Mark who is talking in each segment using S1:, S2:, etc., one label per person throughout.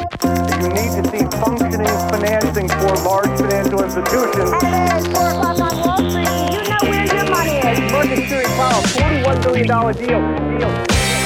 S1: You need to see functioning financing for large financial institutions.
S2: At 4 o'clock on Wall Street, you know where your money is.
S1: Market Series Powell, $41 billion deal.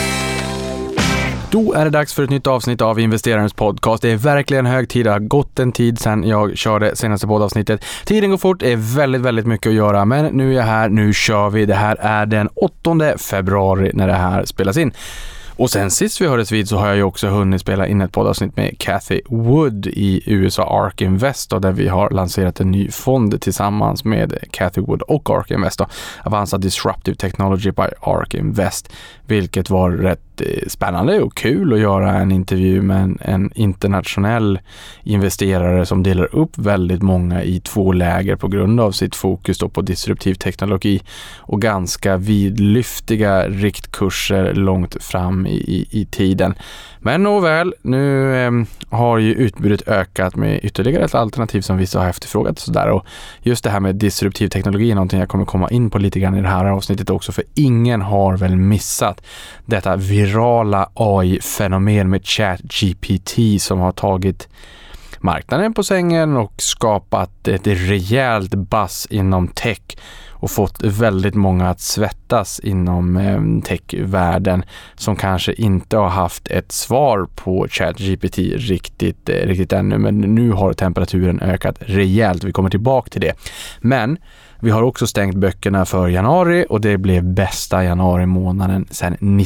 S3: Då är det dags för ett nytt avsnitt av Investerarens podcast. Det är verkligen hög tid. Det har gått en tid sedan jag körde senaste poddavsnittet. Tiden går fort, det är väldigt, väldigt mycket att göra. Men nu är jag här, nu kör vi. Det här är den 8 februari när det här spelas in. Och sen sist vi hördes vid så har jag ju också hunnit spela in ett poddavsnitt med Cathie Wood i USA ARK Invest, där vi har lanserat en ny fond tillsammans med Cathie Wood och ARK Invest. Avanza Disruptive Technology by ARK Invest, vilket var rätt spännande och kul att göra en intervju med en internationell investerare som delar upp väldigt många i två läger på grund av sitt fokus då på disruptiv teknologi och ganska vidlyftiga riktkurser långt fram i tiden. Men nåväl, nu har ju utbudet ökat med ytterligare ett alternativ som vissa har efterfrågat och sådär. Och just det här med disruptiv teknologi är någonting jag kommer komma in på lite grann i det här avsnittet också, för ingen har väl missat detta virala AI-fenomen med ChatGPT som har tagit marknaden på sängen och skapat ett rejält buzz inom tech och fått väldigt många att svettas inom techvärlden som kanske inte har haft ett svar på ChatGPT riktigt ännu, men nu har temperaturen ökat rejält. Vi kommer tillbaka till det. Men vi har också stängt böckerna för januari och det blev bästa januari månaden sedan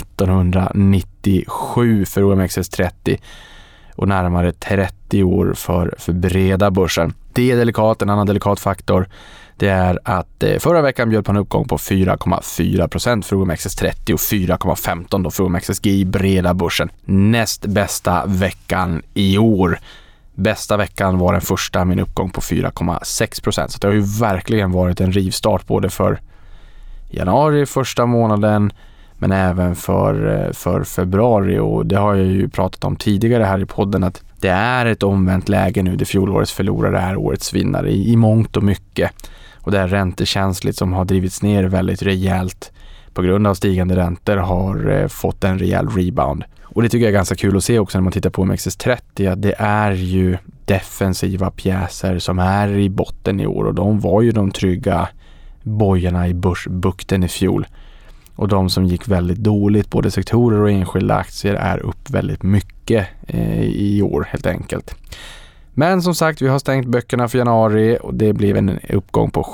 S3: 1997 för OMXS30 och närmare 30 år för breda börsen. Det är delikat. En annan delikat faktor, det är att förra veckan bjöd på en uppgång på 4,4% för OMXS30 och 4,15% då för OMXSG i breda börsen. Näst bästa veckan i år. Bästa veckan var den första med en uppgång på 4,6%. Så det har ju verkligen varit en rivstart både för januari, första månaden, men även för februari. Och det har jag ju pratat om tidigare här i podden att det är ett omvänt läge nu. Det fjolårets förlorare är årets vinnare i mångt och mycket. Och det är räntekänsligt som har drivits ner väldigt rejält på grund av stigande räntor har fått en rejäl rebound. Och det tycker jag är ganska kul att se också när man tittar på OMXS30 att det är ju defensiva pjäser som är i botten i år och de var ju de trygga bojorna i börsbukten i fjol. Och de som gick väldigt dåligt, både sektorer och enskilda aktier, är upp väldigt mycket i år helt enkelt. Men som sagt, vi har stängt böckerna för januari och det blev en uppgång på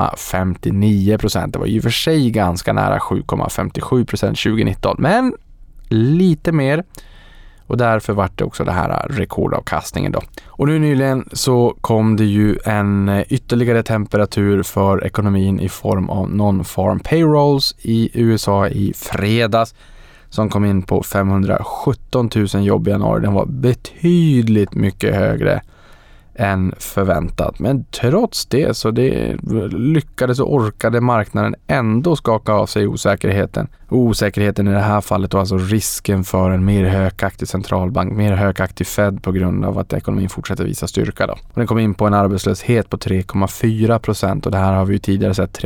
S3: 7,59%. Det var i och för sig ganska nära 7,57% 2019, men lite mer. Och därför var det också det här rekordavkastningen då. Och nu nyligen så kom det ju en ytterligare temperatur för ekonomin i form av non-farm payrolls i USA i fredags som kom in på 517 000 jobb i januari. Den var betydligt mycket högre än förväntat. Men trots det så det lyckades och orkade marknaden ändå skaka av sig osäkerheten. Osäkerheten i det här fallet var alltså risken för en mer högaktig centralbank, mer högaktig Fed på grund av att ekonomin fortsätter visa styrka då. Och den kom in på en arbetslöshet på 3,4% och det här har vi ju tidigare sett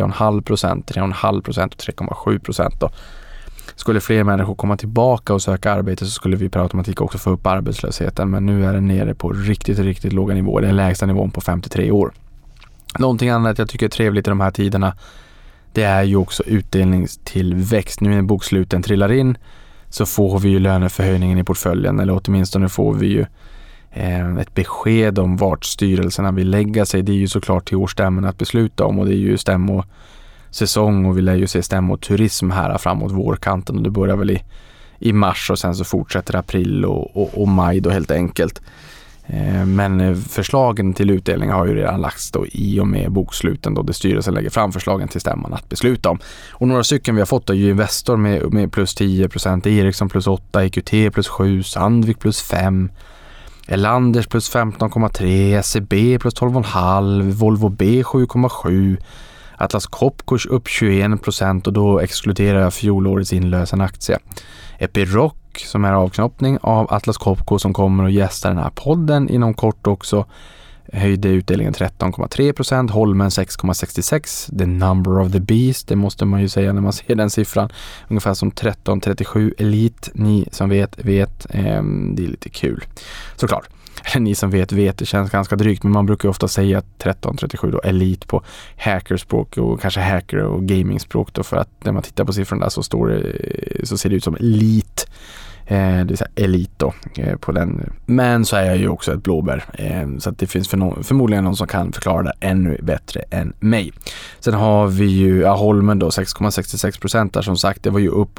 S3: 3,5% och 3,7% då. Skulle fler människor komma tillbaka och söka arbete så skulle vi per automatik också få upp arbetslösheten. Men nu är den nere på riktigt låga nivåer. Det är den lägsta nivån på 53 år. Någonting annat jag tycker är trevligt i de här tiderna, det är ju också utdelningstillväxt. Nu när boksluten trillar in så får vi ju löneförhöjningen i portföljen. Eller åtminstone får vi ju ett besked om vart styrelserna vill lägga sig. Det är ju såklart till årsstämmen att besluta om och det är ju säsong och vi lär ju se stämmoturism här framåt vårkanten och det börjar väl i mars och sen så fortsätter april och maj då helt enkelt. Men förslagen till utdelning har ju redan lagts då i och med boksluten då det styrelsen lägger fram förslagen till stämman att besluta om. Och några stycken vi har fått är ju Investor med plus 10%, Ericsson plus 8%, EQT plus 7%, Sandvik plus 5%, Elanders plus 15,3%, SEB plus 12,5%, Volvo B 7,7%, Atlas Copco upp 21% och då exkluderar jag fjolårets inlösen aktie. Epiroc som är avknoppning av Atlas Copco som kommer att gästa den här podden inom kort också höjde utdelningen 13,3%, Holmen 6,66%, the number of the beast, det måste man ju säga när man ser den siffran, ungefär som 13,37 Elite, ni som vet, det är lite kul. såklart. Eller ni som vet, det känns ganska drygt, men man brukar ju ofta säga att 1337 då Elite på hackerspråk och kanske hacker och gamingspråk då, för att när man tittar på siffrorna så ser det ut som Elite. Det är så här Elite då på den. Men så är jag ju också ett blåbär, så att det finns förmodligen någon som kan förklara det ännu bättre än mig. Sen har vi ju Holmen då 6,66% där, som sagt, det var ju upp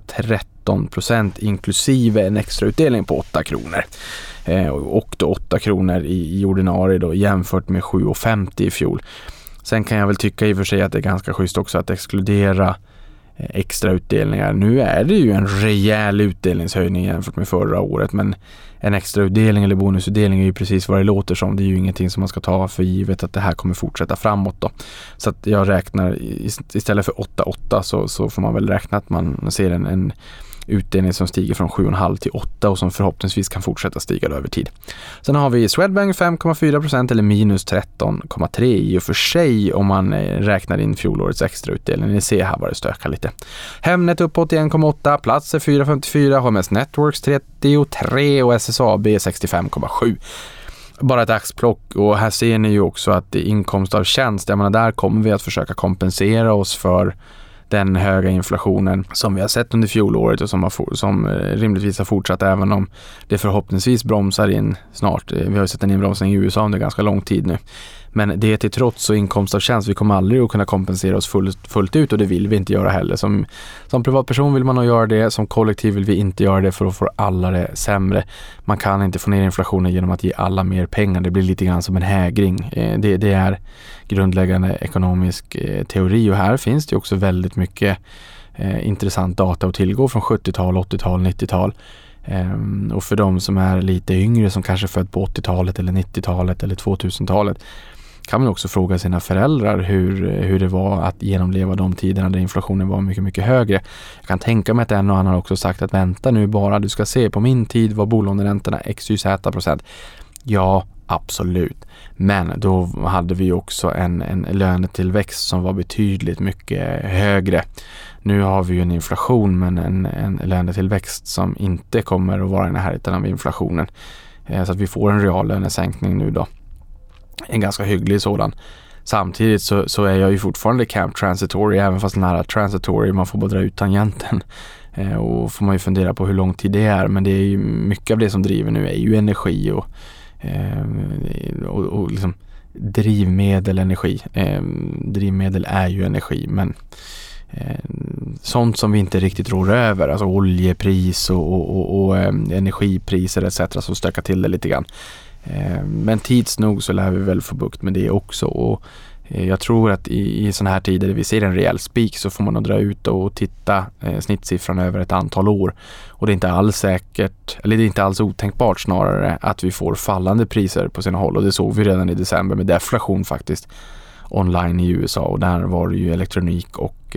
S3: 113% inklusive en extra utdelning på 8 kronor. Och då 8 kronor i ordinarie då, jämfört med 7,50 i fjol. Sen kan jag väl tycka i och för sig att det är ganska schysst också att exkludera extra utdelningar. Nu är det ju en rejäl utdelningshöjning jämfört med förra året, men en extra utdelning eller bonusutdelning är ju precis vad det låter som. Det är ju ingenting som man ska ta för givet att det här kommer fortsätta framåt då. Så att jag räknar istället för 8,8 så får man väl räkna att man ser en utdelning som stiger från 7,5 till 8 och som förhoppningsvis kan fortsätta stiga över tid. Sen har vi Swedbank 5,4% eller minus 13,3 i och för sig om man räknar in fjolårets extra utdelning. Ni ser här var det stökar lite. Hemnet upp 81,8, Platser 4,54, HMS Networks 33 och SSAB 65,7. Bara ett axplock, och här ser ni ju också att inkomst av tjänst, jag menar, där kommer vi att försöka kompensera oss för den höga inflationen som vi har sett under fjolåret och som rimligtvis har fortsatt, även om det förhoppningsvis bromsar in snart. Vi har ju sett en inbromsning i USA under ganska lång tid nu. Men det till trots och inkomst av tjänst, vi kommer aldrig att kunna kompensera oss fullt ut, och det vill vi inte göra heller. Som privatperson vill man nog göra det, som kollektiv vill vi inte göra det, för att få alla det sämre. Man kan inte få ner inflationen genom att ge alla mer pengar. Det blir lite grann som en hägring. Det är grundläggande ekonomisk teori, och här finns det också väldigt mycket intressant data att tillgå från 70-tal, 80-tal, 90-tal. Och för de som är lite yngre, som kanske född på 80-talet eller 90-talet eller 2000-talet, kan man också fråga sina föräldrar hur det var att genomleva de tiderna där inflationen var mycket, mycket högre. Jag kan tänka mig att en och annan också sagt att vänta nu bara, du ska se, på min tid var bolåneräntorna XYZ%. Ja, absolut. Men då hade vi också en lönetillväxt som var betydligt mycket högre. Nu har vi ju en inflation, men en lönetillväxt som inte kommer att vara i närheten av inflationen. Så att vi får en reallönesänkning nu då. En ganska hygglig sådan. Samtidigt så är jag ju fortfarande camp transitory, även fast den här transitory, man får bara dra ut tangenten. Och får man ju fundera på hur lång tid det är. Men det är ju mycket av det som driver nu är ju energi och liksom drivmedel, energi. Drivmedel är ju energi, men sånt som vi inte riktigt rår över, alltså oljepris och energipriser etc. som stökar till det lite grann. Men tids nog så lär vi väl få bukt med det också, och jag tror att i såna här tider där vi ser en rejäl spik så får man nog dra ut och titta snittsiffran över ett antal år, och det är inte alls säkert, eller det är inte alls otänkbart snarare, att vi får fallande priser på sina håll, och det såg vi redan i december med deflation faktiskt online i USA, och där var det ju elektronik och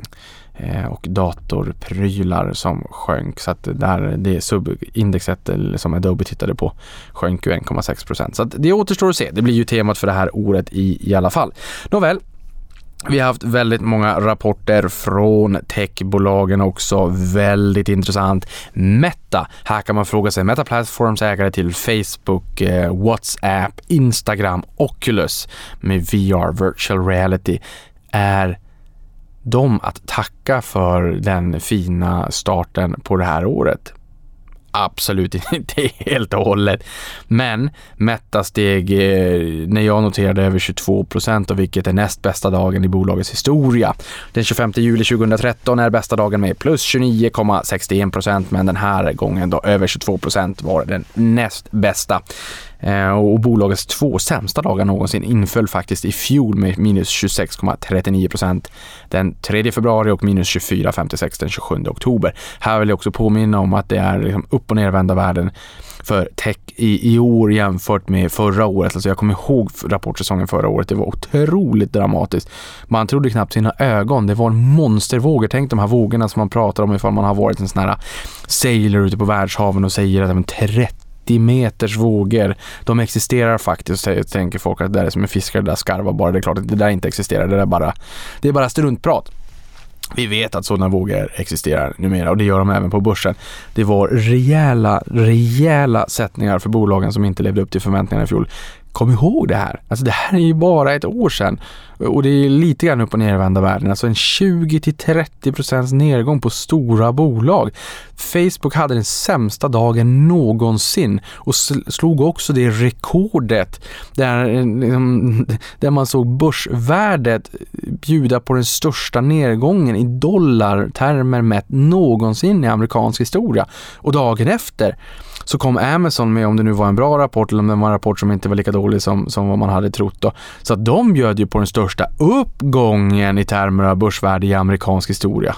S3: datorprylar som sjönk, så att där det subindexet som Adobe tittade på sjönk ju 1,6%. Så att det återstår att se. Det blir ju temat för det här året i alla fall. Nåväl, vi har haft väldigt många rapporter från techbolagen också. Väldigt intressant. Meta. Här kan man fråga sig, Meta Platforms ägare till Facebook, WhatsApp, Instagram, Oculus med VR, virtual reality, är de att tacka för den fina starten på det här året? Absolut inte helt och hållet. Men Meta steg, när jag noterade, över 22%, och vilket är näst bästa dagen i bolagets historia. Den 25 juli 2013 är bästa dagen med plus 29,61%, men den här gången då över 22% var den näst bästa. Och bolagets 2 sämsta dagar någonsin inföll faktiskt i fjol med minus 26,39% den 3 februari och minus 24,56 den 27 oktober. Här vill jag också påminna om att det är liksom upp- och nervända världen för tech i år jämfört med förra året. Alltså jag kommer ihåg rapportsäsongen förra året, det var otroligt dramatiskt. Man trodde knappt sina ögon, det var en monstervågor. Tänk de här vågorna som man pratar om ifall man har varit en sån här sailor ute på världshaven och säger att det är 30 meters vågor. De existerar faktiskt. Så tänker folk att det där är som en fiskare, det där skarvar bara. Det är klart att det där inte existerar. Det är bara struntprat. Vi vet att sådana vågor existerar numera och det gör de även på börsen. Det var rejäla sättningar för bolagen som inte levde upp till förväntningarna i fjol. Kom ihåg det här. Alltså det här är ju bara ett år sedan. Och det är lite grann upp och ner i vända världen. Alltså en 20-30% nedgång på stora bolag. Facebook hade den sämsta dagen någonsin och slog också det rekordet där man såg börsvärdet bjuda på den största nedgången i dollartermer mätt någonsin i amerikansk historia. Och dagen efter så kom Amazon med, om det nu var en bra rapport eller om det var en rapport som inte var lika dålig som vad man hade trott då. Så att de bjöd ju på den största uppgången i termer av börsvärde i amerikansk historia.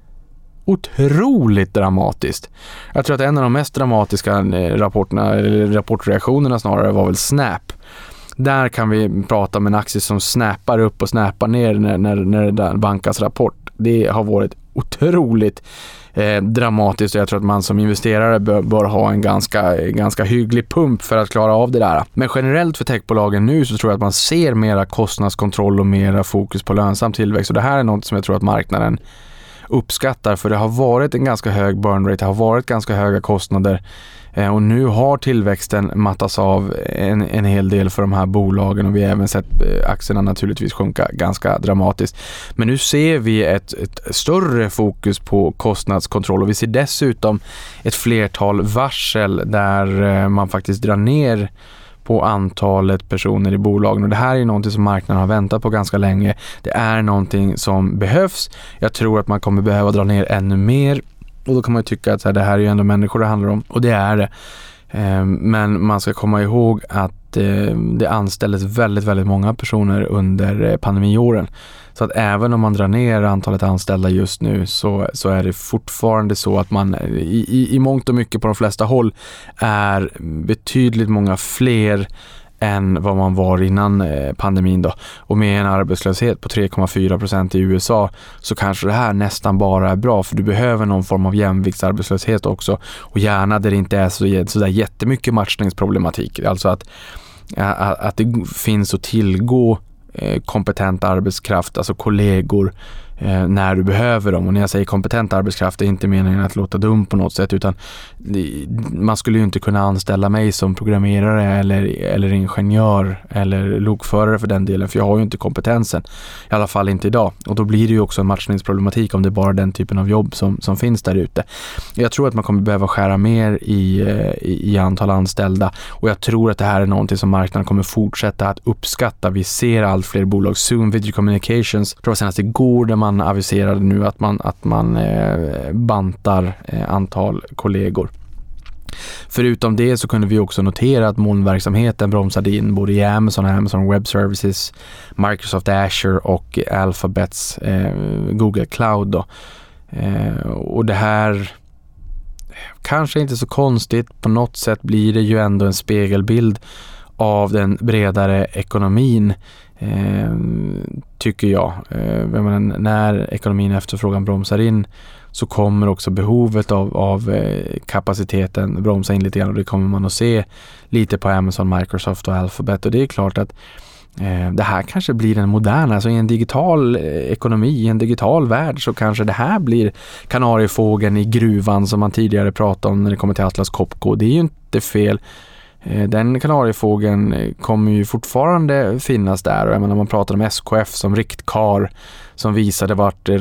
S3: Otroligt dramatiskt. Jag tror att en av de mest dramatiska rapportreaktionerna snarare var väl Snap. Där kan vi prata om en aktie som snappar upp och snappar ner när det bankas rapport. Det har varit otroligt dramatiskt och jag tror att man som investerare bör ha en ganska hygglig pump för att klara av det där. Men generellt för techbolagen nu så tror jag att man ser mera kostnadskontroll och mera fokus på lönsam tillväxt och det här är något som jag tror att marknaden uppskattar för det har varit en ganska hög burn rate, det har varit ganska höga kostnader och nu har tillväxten mattats av en hel del för de här bolagen och vi har även sett aktierna naturligtvis sjunka ganska dramatiskt. Men nu ser vi ett större fokus på kostnadskontroll och vi ser dessutom ett flertal varsel där man faktiskt drar ner på antalet personer i bolagen och det här är någonting som marknaden har väntat på ganska länge. Det är någonting som behövs. Jag tror att man kommer behöva dra ner ännu mer och då kan man ju tycka att det här är ju ändå människor det handlar om och det är det. Men man ska komma ihåg att det anställdes väldigt många personer under pandemiåren. Så att även om man drar ner antalet anställda just nu så är det fortfarande så att man i mångt och mycket på de flesta håll är betydligt många fler än vad man var innan pandemin då. Och med en arbetslöshet på 3,4% i USA så kanske det här nästan bara är bra för du behöver någon form av jämviktsarbetslöshet också och gärna där det inte är så där jättemycket matchningsproblematik. Alltså att det finns att tillgå kompetent arbetskraft, alltså kollegor när du behöver dem. Och när jag säger kompetent arbetskraft är inte meningen att låta dum på något sätt utan man skulle ju inte kunna anställa mig som programmerare eller ingenjör eller lokförare för den delen för jag har ju inte kompetensen. I alla fall inte idag. Och då blir det ju också en matchningsproblematik om det är bara den typen av jobb som finns där ute. Jag tror att man kommer behöva skära mer i antal anställda och jag tror att det här är någonting som marknaden kommer fortsätta att uppskatta. Vi ser allt fler bolag. Zoom Video Communications, tror jag senast igår där man aviserade nu att man bantar antal kollegor. Förutom det så kunde vi också notera att molnverksamheten bromsade in både i Amazon Web Services, Microsoft Azure och Alphabets Google Cloud då. Och det här kanske inte så konstigt, på något sätt blir det ju ändå en spegelbild av den bredare ekonomin tycker jag. När ekonomin efterfrågan bromsar in så kommer också behovet av kapaciteten bromsa in lite grann och det kommer man att se lite på Amazon, Microsoft och Alphabet och det är klart att det här kanske blir en modern, alltså i en digital ekonomi, i en digital värld så kanske det här blir kanariefågeln i gruvan som man tidigare pratade om när det kommer till Atlas Copco. Det är ju inte fel. Den kanariefågeln kommer ju fortfarande finnas där och jag menar, man pratar om SKF som riktkar som visade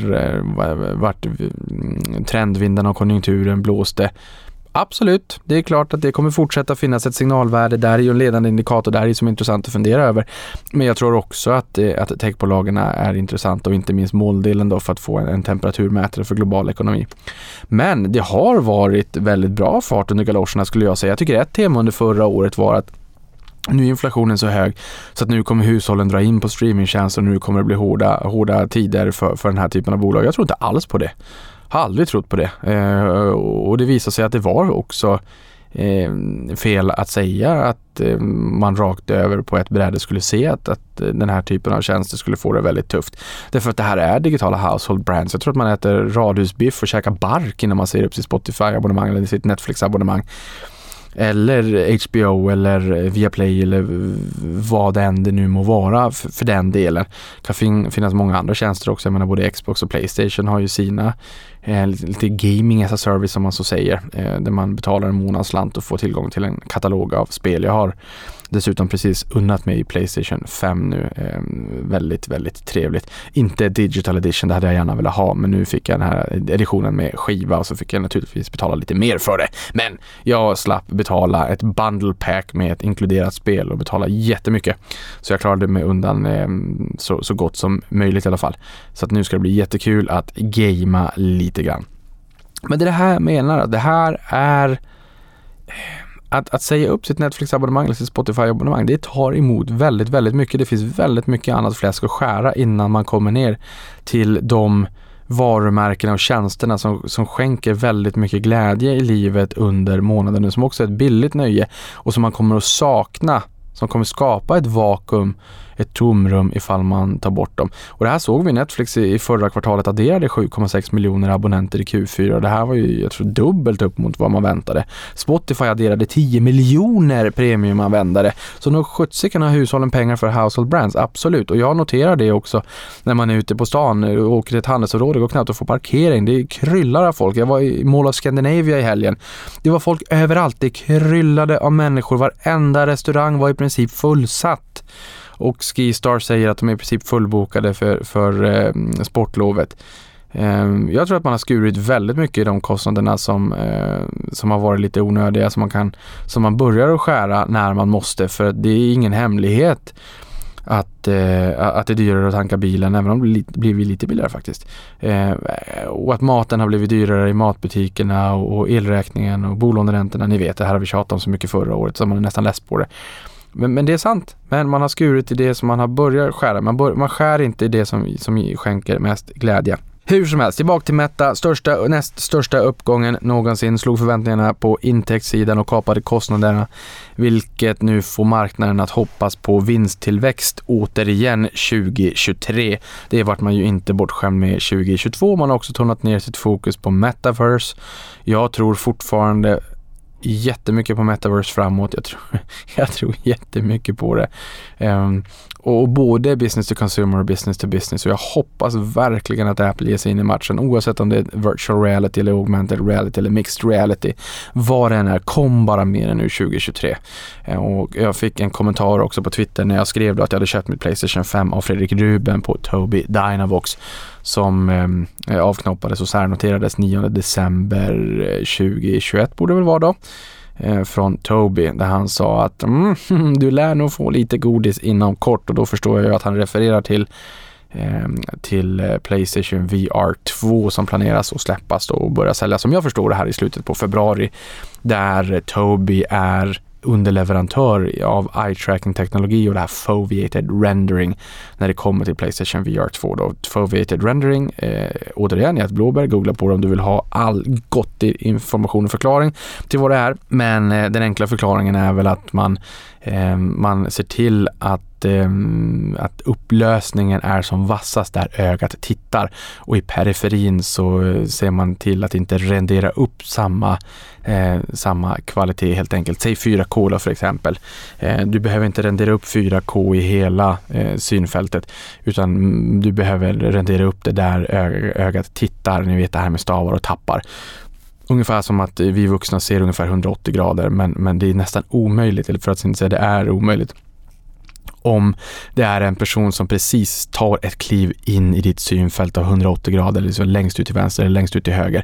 S3: vart trendvinden och konjunkturen blåste. Absolut, det är klart att det kommer fortsätta finnas ett signalvärde där är ju en ledande indikator där är som är intressant att fundera över. Men jag tror också att techbolagen är intressanta och inte minst måldelen då för att få en temperaturmätare för global ekonomi. Men det har varit väldigt bra fart under galoscherna skulle jag säga. Jag tycker ett tema under förra året var att nu är inflationen så hög så att nu kommer hushållen dra in på streamingtjänster och nu kommer det bli hårda tider för den här typen av bolag. Jag tror inte alls på det. Har aldrig trott på det. Och det visar sig att det var också fel att säga att man rakt över på ett bräde skulle se att den här typen av tjänster skulle få det väldigt tufft. Därför att det här är digitala household brands. Jag tror att man äter radhusbiff och käkar bark innan man ser upp sitt Spotify-abonnemang eller sitt Netflix-abonnemang. eller HBO eller Viaplay eller vad än det nu må vara för den delen. Det kan finnas många andra tjänster också. Jag menar, både Xbox och PlayStation har ju sina lite gaming as a service som man så säger, där man betalar en månadsslant och får tillgång till en katalog av spel. Jag har dessutom precis unnat mig i PlayStation 5 nu. Väldigt, väldigt trevligt. Inte digital edition, det hade jag gärna velat ha, men nu fick jag den här editionen med skiva och så fick jag naturligtvis betala lite mer för det. Men jag slapp betala ett bundle pack med ett inkluderat spel och betala jättemycket. Så jag klarade mig undan så gott som möjligt i alla fall. Så att nu ska det bli jättekul att gamea lite grann. Men det här menar jag, det här är att säga upp sitt Netflix-abonnemang eller sitt Spotify-abonnemang, det tar emot väldigt, väldigt mycket. Det finns väldigt mycket annat fläsk att skära innan man kommer ner till de varumärkena och tjänsterna som skänker väldigt mycket glädje i livet under månaden, som också är ett billigt nöje och som man kommer att sakna, som kommer skapa ett vakuum, ett tomrum ifall man tar bort dem. Och det här såg vi. Netflix i förra kvartalet adderade 7,6 miljoner abonnenter i Q4 och det här var ju, jag tror, dubbelt upp mot vad man väntade. Spotify adderade 10 miljoner premiumanvändare. Så nog 70 kan ha hushållen pengar för household brands, absolut. Och jag noterar det också när man är ute på stan och åker till ett handelsområde, går knappt att få parkering. Det kryllar av folk. Jag var i Mall of Scandinavia i helgen. Det var folk överallt. Det kryllade av människor. Varenda restaurang var i princip fullsatt. Och Skistar säger att de är i princip fullbokade för sportlovet. Jag tror att man har skurit väldigt mycket i de kostnaderna som har varit lite onödiga, som man börjar att skära när man måste, för det är ingen hemlighet att det är dyrare att tanka bilen, även om det blir lite billigare faktiskt. Och att maten har blivit dyrare i matbutikerna och elräkningen och bolåneräntorna, ni vet, det här har vi tjatat om så mycket förra året så man är nästan less på det. Men det är sant. Men man har skurit i det som man har börjat skära. Man skär inte i det som skänker mest glädje. Hur som helst, tillbaka till Meta. Näst största uppgången någonsin, slog förväntningarna på intäktssidan och kapade kostnaderna, vilket nu får marknaden att hoppas på vinsttillväxt återigen 2023. Det vart man ju inte bortskämd med 2022. Man har också tonat ner sitt fokus på Metaverse. Jag tror fortfarande jättemycket på Metaverse framåt. Jag tror jättemycket på det. Och både business to consumer och business to business. Och jag hoppas verkligen att Apple ger sig in i matchen, oavsett om det är virtual reality eller augmented reality eller mixed reality. Vad det än är, kom bara med nu 2023. Och jag fick en kommentar också på Twitter när jag skrev då att jag hade köpt mitt PlayStation 5 av Fredrik Ruben på Tobii Dynavox, som avknoppades och särnoterades 9 december 2021 borde det väl vara då, från Tobii, där han sa att du lär nog få lite godis inom kort, och då förstår jag att han refererar till PlayStation VR 2 som planeras att släppas då och börja säljas, som jag förstår det, här i slutet på februari, där Tobii är underleverantör av eye-tracking-teknologi och det här foveated rendering när det kommer till PlayStation VR 2 då. Foveated rendering, återigen i ett blåbär, googla på det om du vill ha all gott information och förklaring till vad det är, men den enkla förklaringen är väl att man ser till att upplösningen är som vassast där ögat tittar, och i periferin så ser man till att inte rendera upp samma kvalitet helt enkelt. Säg 4K då för exempel. Du behöver inte rendera upp 4K i hela synfältet, utan du behöver rendera upp det där ögat tittar. Ni vet det här med stavar och tappar. Ungefär som att vi vuxna ser ungefär 180 grader, men det är nästan omöjligt, eller för att inte säga det är omöjligt, om det är en person som precis tar ett kliv in i ditt synfält av 180 grader, eller så längst ut till vänster eller längst ut till höger.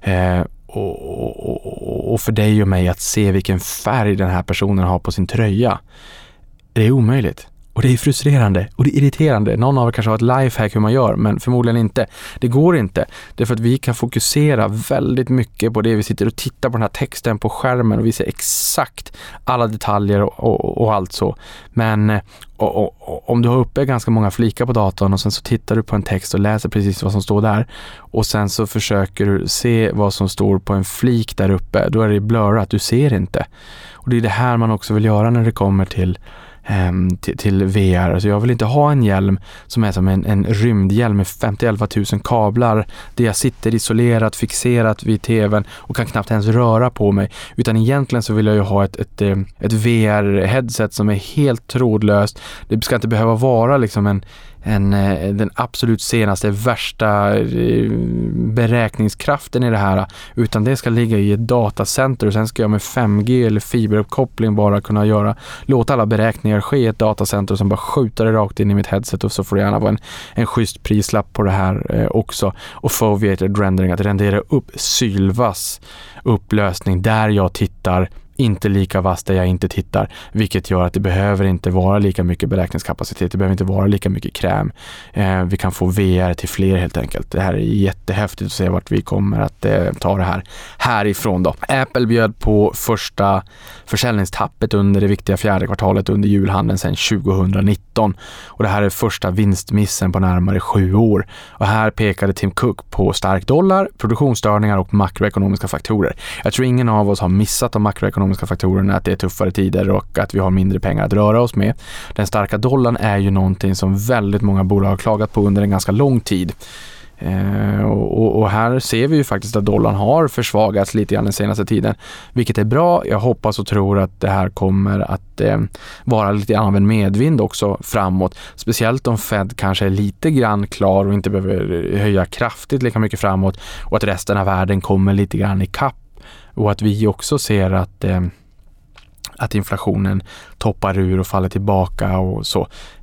S3: Och för dig och mig att se vilken färg den här personen har på sin tröja, det är omöjligt. Och det är frustrerande och det är irriterande. Någon av er kanske har ett lifehack hur man gör, men förmodligen inte. Det går inte. Det är för att vi kan fokusera väldigt mycket på det. Vi sitter och tittar på den här texten på skärmen och vi ser exakt alla detaljer och allt så. Men om du har uppe ganska många flikar på datorn och sen så tittar du på en text och läser precis vad som står där, och sen så försöker du se vad som står på en flik där uppe, då är det blurrat, du ser inte. Och det är det här man också vill göra när det kommer till till VR. Alltså jag vill inte ha en hjälm som är som en rymdhjälm med 50-11 000 kablar där jag sitter isolerat, fixerat vid tvn och kan knappt ens röra på mig. Utan egentligen så vill jag ju ha ett VR-headset som är helt trådlöst. Det ska inte behöva vara liksom den absolut senaste, värsta beräkningskraften i det här, utan det ska ligga i ett datacenter och sen ska jag med 5G eller fiberuppkoppling bara kunna låta alla beräkningar ske i ett datacenter och sen bara skjuta det rakt in i mitt headset, och så får det gärna vara en schysst prislapp på det här också. Och foveated rendering, att rendera upp sylvass upplösning där jag tittar, inte lika vass där jag inte tittar, vilket gör att det behöver inte vara lika mycket beräkningskapacitet, det behöver inte vara lika mycket kräm. Vi kan få VR till fler helt enkelt. Det här är jättehäftigt att se vart vi kommer att ta det här härifrån då. Apple bjöd på första försäljningstappet under det viktiga fjärde kvartalet under julhandeln sedan 2019, och det här är första vinstmissen på närmare 7 år. Och här pekade Tim Cook på stark dollar, produktionsstörningar och makroekonomiska faktorer. Jag tror ingen av oss har missat de makroekonomiska faktorerna, att det är tuffare tider och att vi har mindre pengar att röra oss med. Den starka dollarn är ju någonting som väldigt många bolag har klagat på under en ganska lång tid. Och här ser vi ju faktiskt att dollarn har försvagats lite grann den senaste tiden, vilket är bra. Jag hoppas och tror att det här kommer att vara lite av en medvind också framåt, speciellt om Fed kanske är lite grann klar och inte behöver höja kraftigt lika mycket framåt, och att resten av världen kommer lite grann i kapp, och att vi också ser att inflationen toppar ur och faller tillbaka och så.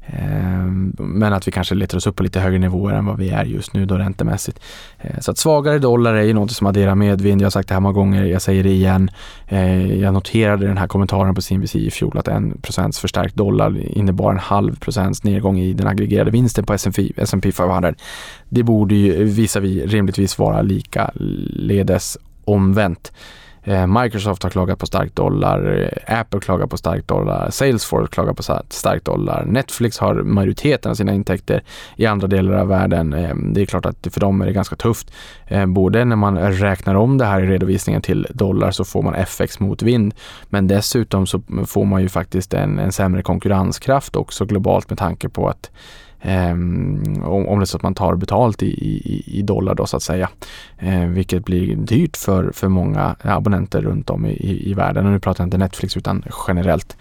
S3: Men att vi kanske letar oss upp på lite högre nivåer än vad vi är just nu då räntemässigt. Så att svagare dollar är ju något som adderar medvind. Jag har sagt det här många gånger, jag säger det igen. Jag noterade den här kommentaren på CNBC i fjol att 1% förstärkt dollar innebar 0,5% nedgång i den aggregerade vinsten på S&P 500. Det borde ju visar vi rimligtvis vara lika ledes omvänt. Microsoft har klagat på stark dollar, Apple klagar på stark dollar, Salesforce klagar på stark dollar, Netflix har majoriteten av sina intäkter i andra delar av världen. Det är klart att för dem är det ganska tufft. Både när man räknar om det här i redovisningen till dollar så får man FX mot vind, men dessutom så får man ju faktiskt en sämre konkurrenskraft också globalt med tanke på att om det är så att man tar betalt i dollar då så att säga, vilket blir dyrt för många abonnenter runt om i världen. Och nu pratar jag inte Netflix utan generellt.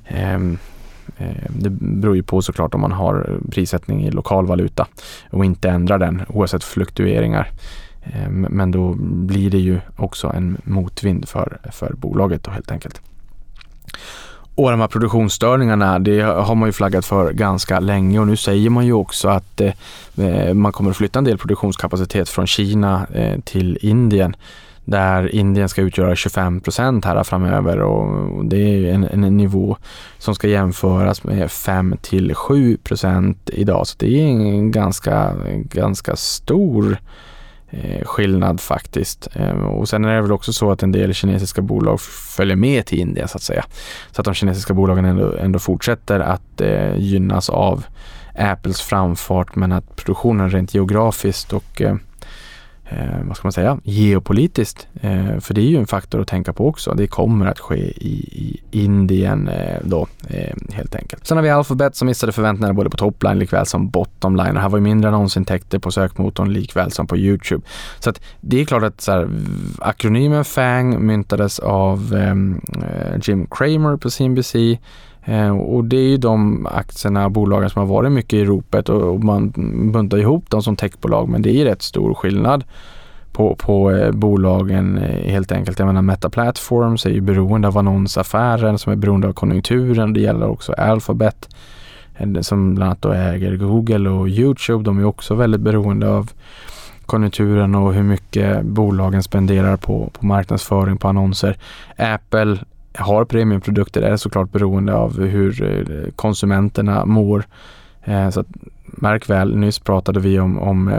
S3: Det beror ju på såklart om man har prissättning i lokal valuta och inte ändrar den oavsett fluktueringar. Men då blir det ju också en motvind för bolaget då helt enkelt. Och de här produktionsstörningarna, det har man ju flaggat för ganska länge, och nu säger man ju också att man kommer att flytta en del produktionskapacitet från Kina till Indien, där Indien ska utgöra 25% här framöver, och det är en nivå som ska jämföras med 5-7% idag, så det är en ganska stor skillnad faktiskt. Och sen är det väl också så att en del kinesiska bolag följer med till Indien så att säga. Så att de kinesiska bolagen ändå fortsätter att gynnas av Apples framfart, men att produktionen rent geografiskt och vad ska man säga, geopolitiskt, för det är ju en faktor att tänka på också. Det kommer att ske i Indien då helt enkelt. Sen har vi Alphabet som missade förväntningarna både på topline likväl som bottomline. Det här var ju mindre annonsintäkter på sökmotorn likväl som på YouTube. Så att det är klart att så här, akronymen FANG myntades av Jim Cramer på CNBC. Och det är ju de aktierna och bolagen som har varit mycket i ropet, och man buntar ihop dem som techbolag, men det är rätt stor skillnad på bolagen helt enkelt. Jag menar, Meta Platforms är ju beroende av annonsaffären som är beroende av konjunkturen. Det gäller också Alphabet som bland annat då äger Google och YouTube. De är också väldigt beroende av konjunkturen och hur mycket bolagen spenderar på marknadsföring, på annonser. Apple har premiumprodukter, är såklart beroende av hur konsumenterna mår. Så att, märk väl, nyss pratade vi om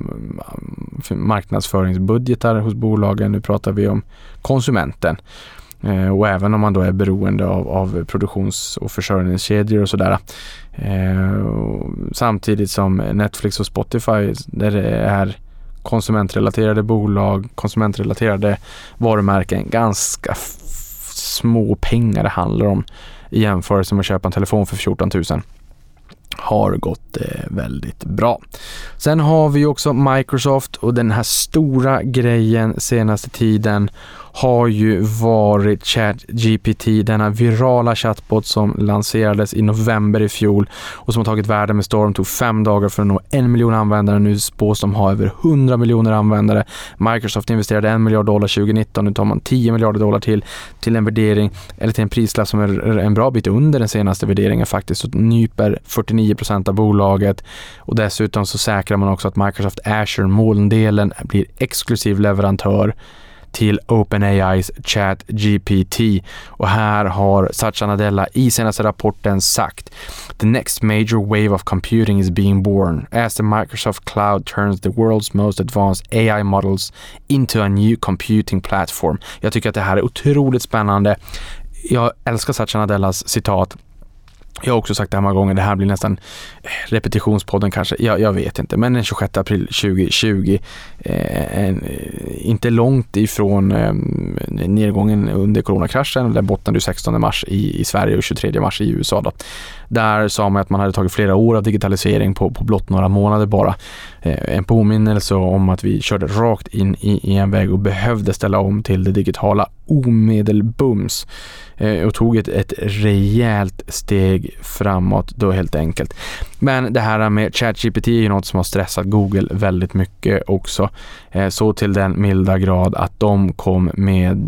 S3: marknadsföringsbudgetar hos bolagen, nu pratar vi om konsumenten. Och även om man då är beroende av produktions- och försörjningskedjor och sådär. Samtidigt som Netflix och Spotify, där det är konsumentrelaterade bolag, konsumentrelaterade varumärken, ganska små pengar det handlar om i jämförelse med att köpa en telefon för 14 000. Har gått väldigt bra. Sen har vi också Microsoft, och den här stora grejen senaste tiden har ju varit ChatGPT, denna virala chatbot som lanserades i november i fjol och som har tagit världen med storm. Tog 5 dagar för att nå 1 miljon användare. Nu spås de ha över 100 miljoner användare. Microsoft investerade $1 miljard 2019. Nu tar man $10 miljarder till en värdering, eller till en prislapp som är en bra bit under den senaste värderingen faktiskt. Så nyper 49% av bolaget, och dessutom så säkrar man också att Microsoft Azure molndelen blir exklusiv leverantör till OpenAI's ChatGPT. Och här har Satya Nadella i senaste rapporten sagt: "The next major wave of computing is being born as the Microsoft Cloud turns the world's most advanced AI models into a new computing platform." Jag tycker att det här är otroligt spännande. Jag älskar Satya Nadellas citat. Jag har också sagt det här många gånger, det här blir nästan repetitionspodden kanske, jag vet inte, men den 26 april 2020, inte långt ifrån nedgången under coronakraschen, där bottnade 16 mars i Sverige och 23 mars i USA då. Där sa man att man hade tagit flera år av digitalisering på blott några månader bara. En påminnelse om att vi körde rakt in i en väg och behövde ställa om till det digitala omedelbums, och tog ett rejält steg framåt då helt enkelt. Men det här med ChatGPT är ju något som har stressat Google väldigt mycket också. Så till den milda grad att de kom med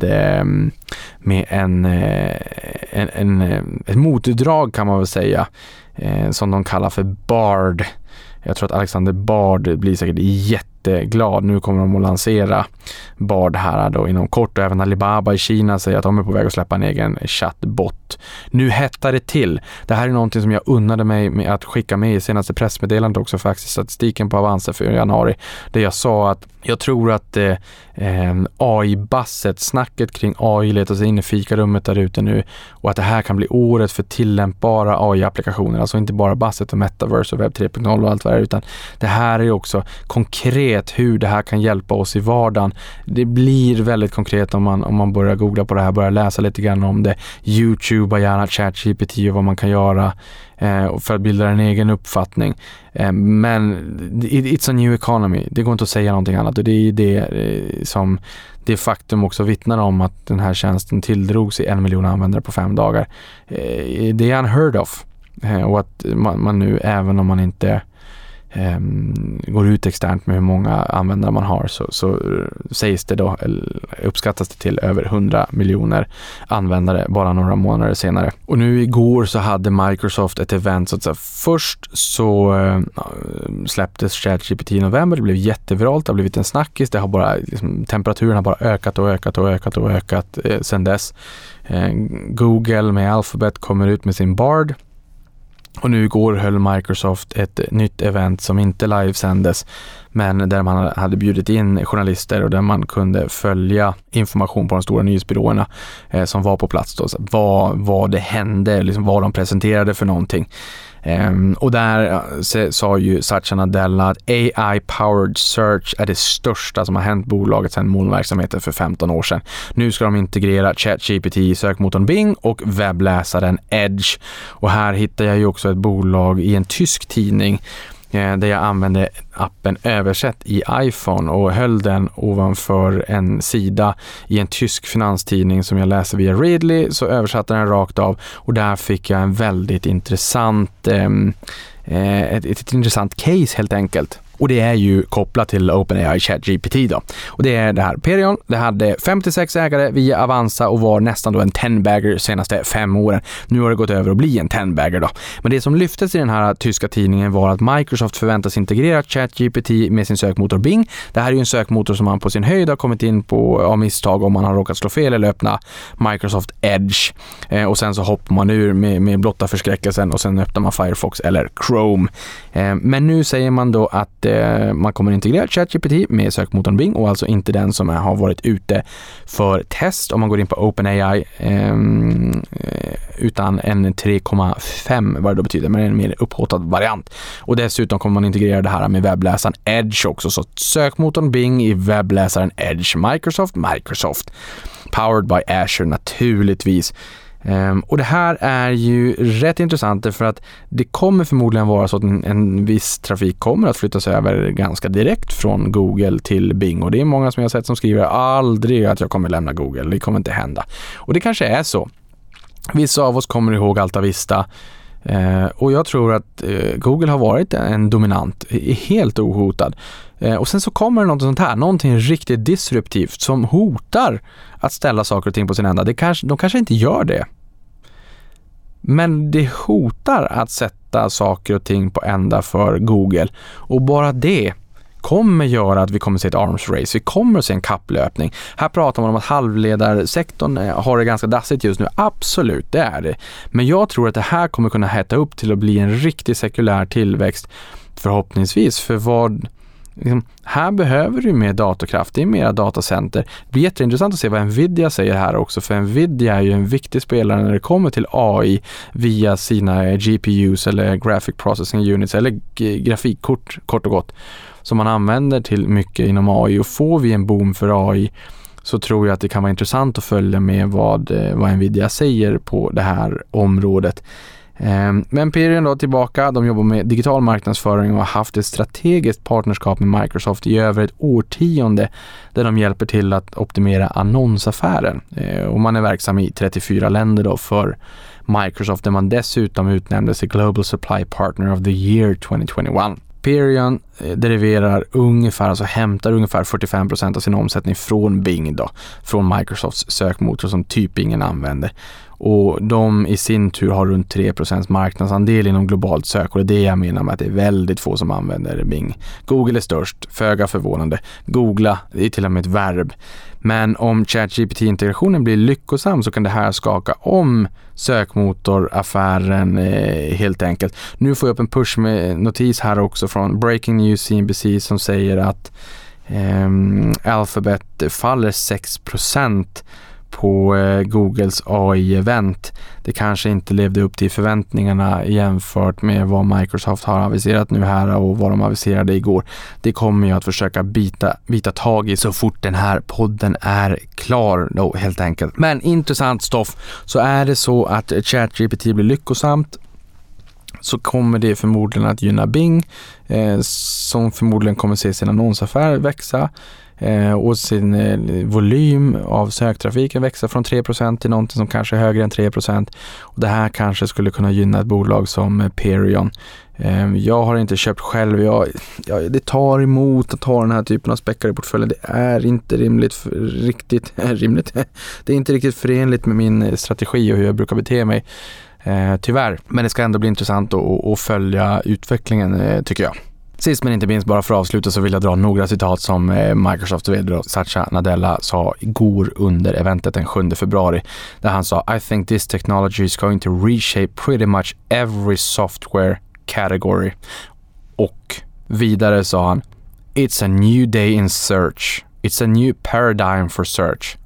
S3: ett motdrag kan man väl säga, som de kallar för Bard. Jag tror att Alexander Bard blir säkert jätteglad. Nu kommer de att lansera Bard här då inom kort, och även Alibaba i Kina säger att de är på väg att släppa en egen chatbot. Nu hettar det till. Det här är någonting som jag unnade mig med att skicka med i senaste pressmeddelandet också, faktiskt statistiken på Avanza för januari, där jag sa att jag tror att AI-basset, snacket kring AI letar sig in i fikarummet där ute nu, och att det här kan bli året för tillämpbara AI-applikationer, alltså inte bara basset och metaverse och webb 3.0 och allt vad det är, utan det här är också konkret hur det här kan hjälpa oss i vardagen. Det blir väldigt konkret om man börjar googla på det här, börjar läsa lite grann om det, YouTubea gärna ChatGPT och vad man kan göra för att bilda en egen uppfattning. Men it's a new economy. Det går inte att säga någonting annat, och det är det som det faktum också vittnar om, att den här tjänsten tilldrog sig 1 miljon användare på 5 dagar. Det är unheard of. Och att man nu, även om man inte går ut externt med hur många användare man har, så sägs det då, uppskattas det till över 100 miljoner användare bara några månader senare. Och nu igår så hade Microsoft ett event, så att säga. Först så släpptes ChatGPT i november, det blev jätteviralt, det har blivit en snackis, det har bara temperaturen har bara ökat sedan dess. Google med Alphabet kommer ut med sin Bard. Och nu igår höll Microsoft ett nytt event som inte livesändes, men där man hade bjudit in journalister och där man kunde följa information på de stora nyhetsbyråerna som var på plats då. Så vad det hände, liksom vad de presenterade för någonting. Och där sa ju Satya Nadella att AI-powered search är det största som har hänt bolaget sedan molnverksamheten för 15 år sedan. Nu ska de integrera ChatGPT i sökmotorn Bing och webbläsaren Edge. Och här hittar jag ju också ett bolag i en tysk tidning där jag använde appen Översätt i iPhone och höll den ovanför en sida i en tysk finanstidning som jag läser via Readly, så översatte den rakt av, och där fick jag en väldigt intressant ett intressant case helt enkelt. Och det är ju kopplat till OpenAI ChatGPT då. Och det är det här. Perion, det hade 56 ägare via Avanza och var nästan då en 10-bagger senaste 5 åren. Nu har det gått över att bli en 10-bagger då. Men det som lyftes i den här tyska tidningen var att Microsoft förväntas integrera ChatGPT med sin sökmotor Bing. Det här är ju en sökmotor som man på sin höjd har kommit in på av misstag om man har råkat slå fel eller öppna Microsoft Edge. Och sen så hoppar man ur med blotta förskräckelsen och sen öppnar man Firefox eller Chrome. Men nu säger man då att man kommer integrera ChatGPT med sökmotorn Bing, och alltså inte den som har varit ute för test. Om man går in på OpenAI utan en 3,5 vad det då betyder, men en mer upphotad variant. Och dessutom kommer man integrera det här med webbläsaren Edge också, så sökmotorn Bing i webbläsaren Edge. Microsoft. Powered by Azure naturligtvis. Och det här är ju rätt intressant för att det kommer förmodligen vara så att en viss trafik kommer att flyttas över ganska direkt från Google till Bing, och det är många som jag har sett som skriver aldrig att jag kommer lämna Google, det kommer inte hända. Och det kanske är så. Vissa av oss kommer ihåg Alta Vista, och jag tror att Google har varit en dominant, helt ohotad. Och sen så kommer det något sånt här, någonting riktigt disruptivt som hotar att ställa saker och ting på sin ända. De kanske inte gör det. Men det hotar att sätta saker och ting på ända för Google. Och bara det kommer göra att vi kommer se ett arms race. Vi kommer att se en kapplöpning. Här pratar man om att halvledarsektorn har det ganska dassigt just nu. Absolut, det är det. Men jag tror att det här kommer kunna hetta upp till att bli en riktig sekulär tillväxt. Förhoppningsvis, för vad... här behöver du mer datorkraft, det är mera datacenter. Det blir jätteintressant att se vad Nvidia säger här också, för Nvidia är ju en viktig spelare när det kommer till AI via sina GPUs eller Graphic Processing Units eller grafikkort kort och gott som man använder till mycket inom AI. Och får vi en boom för AI så tror jag att det kan vara intressant att följa med vad Nvidia säger på det här området. Men Perion då tillbaka, de jobbar med digital marknadsföring och har haft ett strategiskt partnerskap med Microsoft i över ett årtionde där de hjälper till att optimera annonsaffären. Och man är verksam i 34 länder då för Microsoft, där man dessutom utnämndes till Global Supply Partner of the Year 2021. Perion deriverar ungefär, alltså hämtar ungefär 45% av sin omsättning från Bing då, från Microsofts sökmotor som typ ingen använder. Och de i sin tur har runt 3% marknadsandel inom globalt sök, och det är det jag menar med att det är väldigt få som använder Bing. Google är störst, föga förvånande. Googla, det är till och med ett verb. Men om ChatGPT-integrationen blir lyckosam så kan det här skaka om sökmotoraffären helt enkelt. Nu får jag upp en push med notis här också från Breaking News CNBC som säger att Alphabet faller 6% på Googles AI-event. Det kanske inte levde upp till förväntningarna jämfört med vad Microsoft har aviserat nu här och vad de aviserade igår. Det kommer jag att försöka bita tag i så fort den här podden är klar då, helt enkelt. Men intressant stoff. Så är det så att ChatGPT blir lyckosamt så kommer det förmodligen att gynna Bing som förmodligen kommer se sin annonsaffär växa och sin volym av söktrafiken växa från 3% till någonting som kanske är högre än 3%. Och det här kanske skulle kunna gynna ett bolag som Perion. Jag har inte köpt själv. Det tar emot att ta den här typen av späckar i portföljen. Det är inte riktigt rimligt. Det är inte riktigt förenligt med min strategi och hur jag brukar bete mig. Tyvärr. Men det ska ändå bli intressant att följa utvecklingen tycker jag. Sist men inte minst, bara för att avsluta, så vill jag dra några citat som Microsoft vd Satya Nadella sa igår under eventet den 7 februari. Där han sa: I think this technology is going to reshape pretty much every software category. Och vidare sa han: It's a new day in search. It's a new paradigm for search.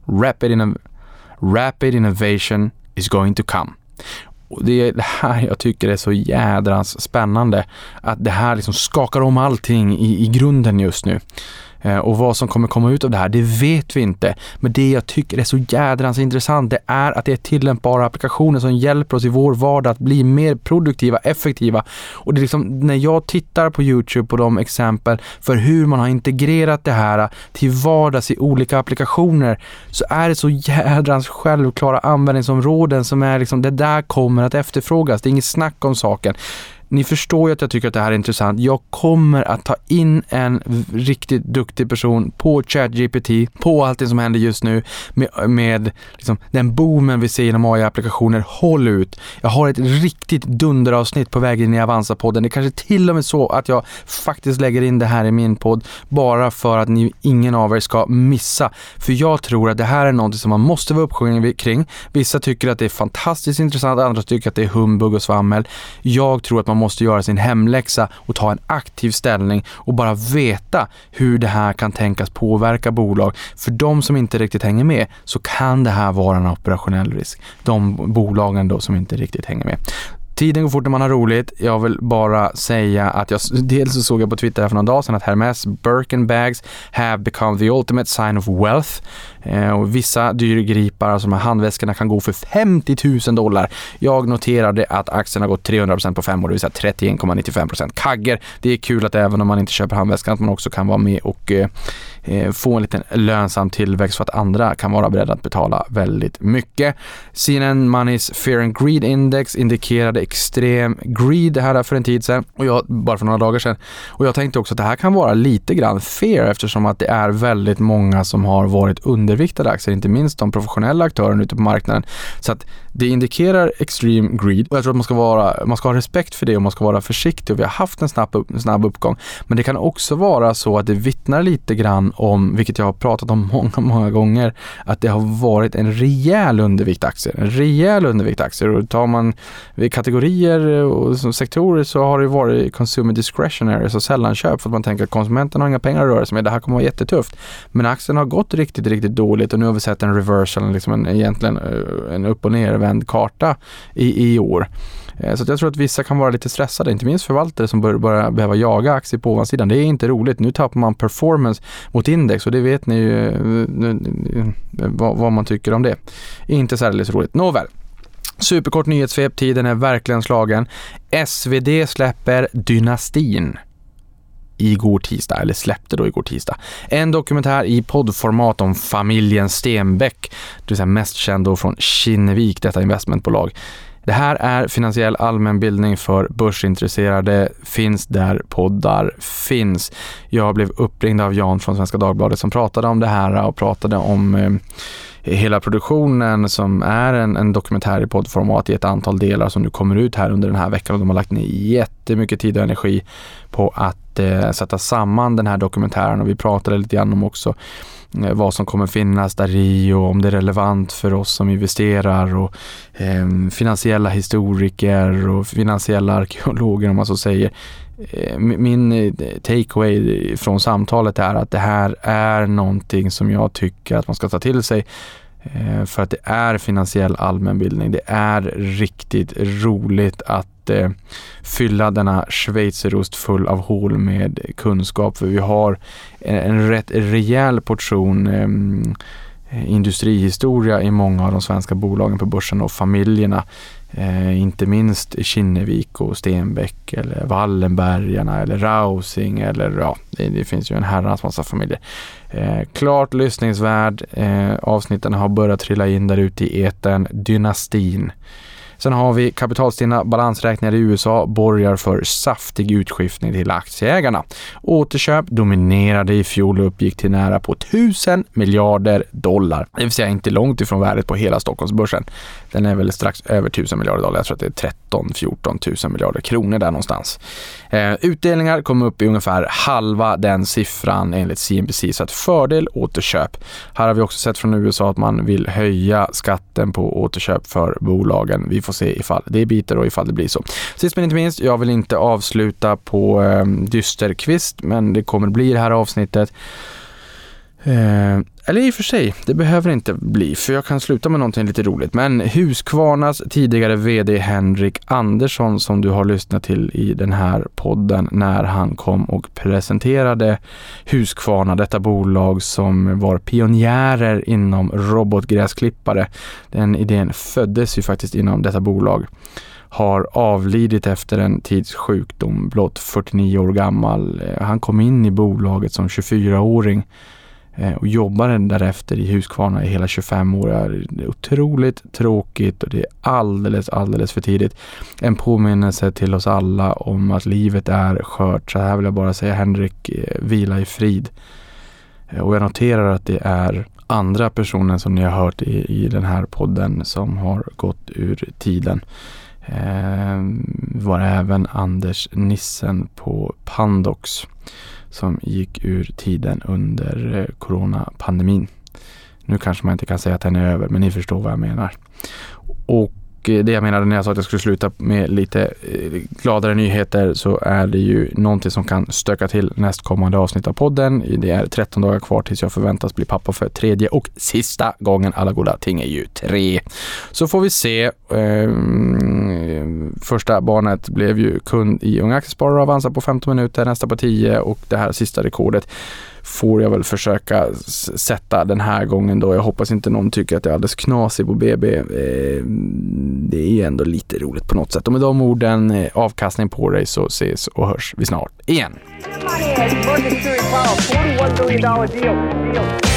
S3: Rapid innovation is going to come. Och det är det här jag tycker är så jädrans spännande. Att det här liksom skakar om allting i grunden just nu. Och vad som kommer komma ut av det här, det vet vi inte. Men det jag tycker är så jädrans intressant, det är att det är tillämpbara applikationer som hjälper oss i vår vardag att bli mer produktiva, effektiva. Och det är liksom, när jag tittar på YouTube på de exempel för hur man har integrerat det här till vardags i olika applikationer, så är det så jädrans självklara användningsområden som är liksom, det där kommer att efterfrågas. Det är inget snack om saken. Ni förstår ju att jag tycker att det här är intressant. Jag kommer att ta in en riktigt duktig person på ChatGPT, på allt det som händer just nu med liksom den boomen vi ser inom AI-applikationer. Håll ut. Jag har ett riktigt dunderavsnitt på väg in i Avanza-podden. Det är kanske till och med så att jag faktiskt lägger in det här i min podd bara för att ingen av er ska missa. För jag tror att det här är något som man måste vara uppsjungen kring. Vissa tycker att det är fantastiskt intressant, andra tycker att det är humbug och svammel. Jag tror att man måste göra sin hemläxa och ta en aktiv ställning och bara veta hur det här kan tänkas påverka bolag. För de som inte riktigt hänger med så kan det här vara en operationell risk. De bolagen då som inte riktigt hänger med. Tiden går fort när man har roligt. Jag vill bara säga att dels så såg jag på Twitter för någon dag sedan att Hermes Birkin bags have become the ultimate sign of wealth. Och vissa dyrgripar, alltså de här handväskorna, kan gå för $50,000. Jag noterade att aktien har gått 300% på 5 år, det vill säga 31,95%. Kagger, det är kul att även om man inte köper handväskan att man också kan vara med och få en liten lönsam tillväxt för att andra kan vara beredda att betala väldigt mycket. CNN Money's Fear and Greed Index indikerade extrem greed här för en tid sedan, och bara för några dagar sedan. Och jag tänkte också att det här kan vara lite grann fear, eftersom att det är väldigt många som har varit underviktade aktier, inte minst de professionella aktörerna ute på marknaden. Så att det indikerar extreme greed, och jag tror att man ska ha respekt för det och man ska vara försiktig, och vi har haft en snabb uppgång. Men det kan också vara så att det vittnar lite grann om, vilket jag har pratat om många gånger, att det har varit en rejäl undervikt aktier. Och tar man kategorier och sektorer så har det varit consumer discretionary, så sällanköp, för att man tänker att konsumenten har inga pengar att röra sig med, det här kommer vara jättetufft. Men aktien har gått riktigt dåligt, och nu har vi sett en reversal, liksom egentligen en upp- och nervänd karta i år. Så jag tror att vissa kan vara lite stressade, inte minst förvaltare som börjar behöva jaga aktier på ovansidan. Det är inte roligt. Nu tappar man performance mot index, och det vet ni ju vad man tycker om det. Inte särskilt roligt. Nåväl. Superkort nyhetssvep, tiden är verkligen slagen. SvD släpper Dynastin igår tisdag, eller släppte då igår tisdag. En dokumentär i poddformat om familjen Stenbeck, det vill säga mest känd då från Kinnevik, detta investmentbolag. Det här är finansiell allmänbildning för börsintresserade, finns där poddar finns. Jag blev uppringd av Jan från Svenska Dagbladet som pratade om det här och pratade om hela produktionen, som är en dokumentär i poddformat i ett antal delar som nu kommer ut här under den här veckan, och de har lagt ner jättemycket tid och energi på att sätta samman den här dokumentären, och vi pratade lite grann om också vad som kommer finnas där i, och om det är relevant för oss som investerar, och finansiella historiker och finansiella arkeologer, om man så säger. Min takeaway från samtalet är att det här är någonting som jag tycker att man ska ta till sig, för att det är finansiell allmänbildning. Det är riktigt roligt att fylla denna schweizerost full av hål med kunskap, för vi har en rätt rejäl portion industrihistoria i många av de svenska bolagen på börsen och familjerna. Inte minst Kinnevik och Stenbeck, eller Wallenbergarna, eller Rausing, eller det finns ju en herrans massa familjer. Klart lyssningsvärd. Avsnitten har börjat trilla in där ute i etern. Dynastin. Sen har vi kapitalstinna balansräkningar i USA borgar för saftig utskiftning till aktieägarna. Återköp dominerade i fjol och uppgick till nära på $1,000 miljarder. Det vill säga inte långt ifrån värdet på hela Stockholmsbörsen. Den är väl strax över $1,000 miljarder. Jag tror att det är 13-14 000 miljarder kronor där någonstans. Utdelningar kom upp i ungefär halva den siffran enligt CNBC, så att fördel återköp. Här har vi också sett från USA att man vill höja skatten på återköp för bolagen. Vi får se ifall det biter och ifall det blir så. Sist men inte minst, jag vill inte avsluta på dysterkvist, men det kommer bli det här avsnittet. Eller i och för sig, det behöver inte bli, för jag kan sluta med någonting lite roligt. Men Husqvarnas tidigare vd Henrik Andersson, som du har lyssnat till i den här podden när han kom och presenterade Husqvarna, detta bolag som var pionjärer inom robotgräsklippare. Den idén föddes ju faktiskt inom detta bolag. Har avlidit efter en tids sjukdom, blott 49 år gammal. Han kom in i bolaget som 24-åring och jobbade därefter i Husqvarna i hela 25 år. Det är otroligt tråkigt, och det är alldeles för tidigt. En påminnelse till oss alla om att livet är skört. Så här vill jag bara säga, Henrik, vila i frid. Och jag noterar att det är andra personer som ni har hört i den här podden som har gått ur tiden. Var även Anders Nissen på Pandox som gick ur tiden under coronapandemin. Nu kanske man inte kan säga att den är över, men ni förstår vad jag menar. Och det jag menade när jag sa att jag skulle sluta med lite gladare nyheter, så är det ju någonting som kan stöka till nästkommande avsnitt av podden. Det är 13 dagar kvar tills jag förväntas bli pappa för tredje och sista gången. Alla goda ting är ju 3. Så får vi se. Första barnet blev ju kund i Unga Aktiesparare och Avanza på 15 minuter, nästa på 10, och det här sista rekordet får jag väl försöka sätta den här gången då. Jag hoppas inte någon tycker att jag är alldeles knasig på BB. Det är ändå lite roligt på något sätt. Och med de orden, avkastning på dig, så ses och hörs vi snart igen.
S1: Money, Morgan Stanley, $41 billion deal.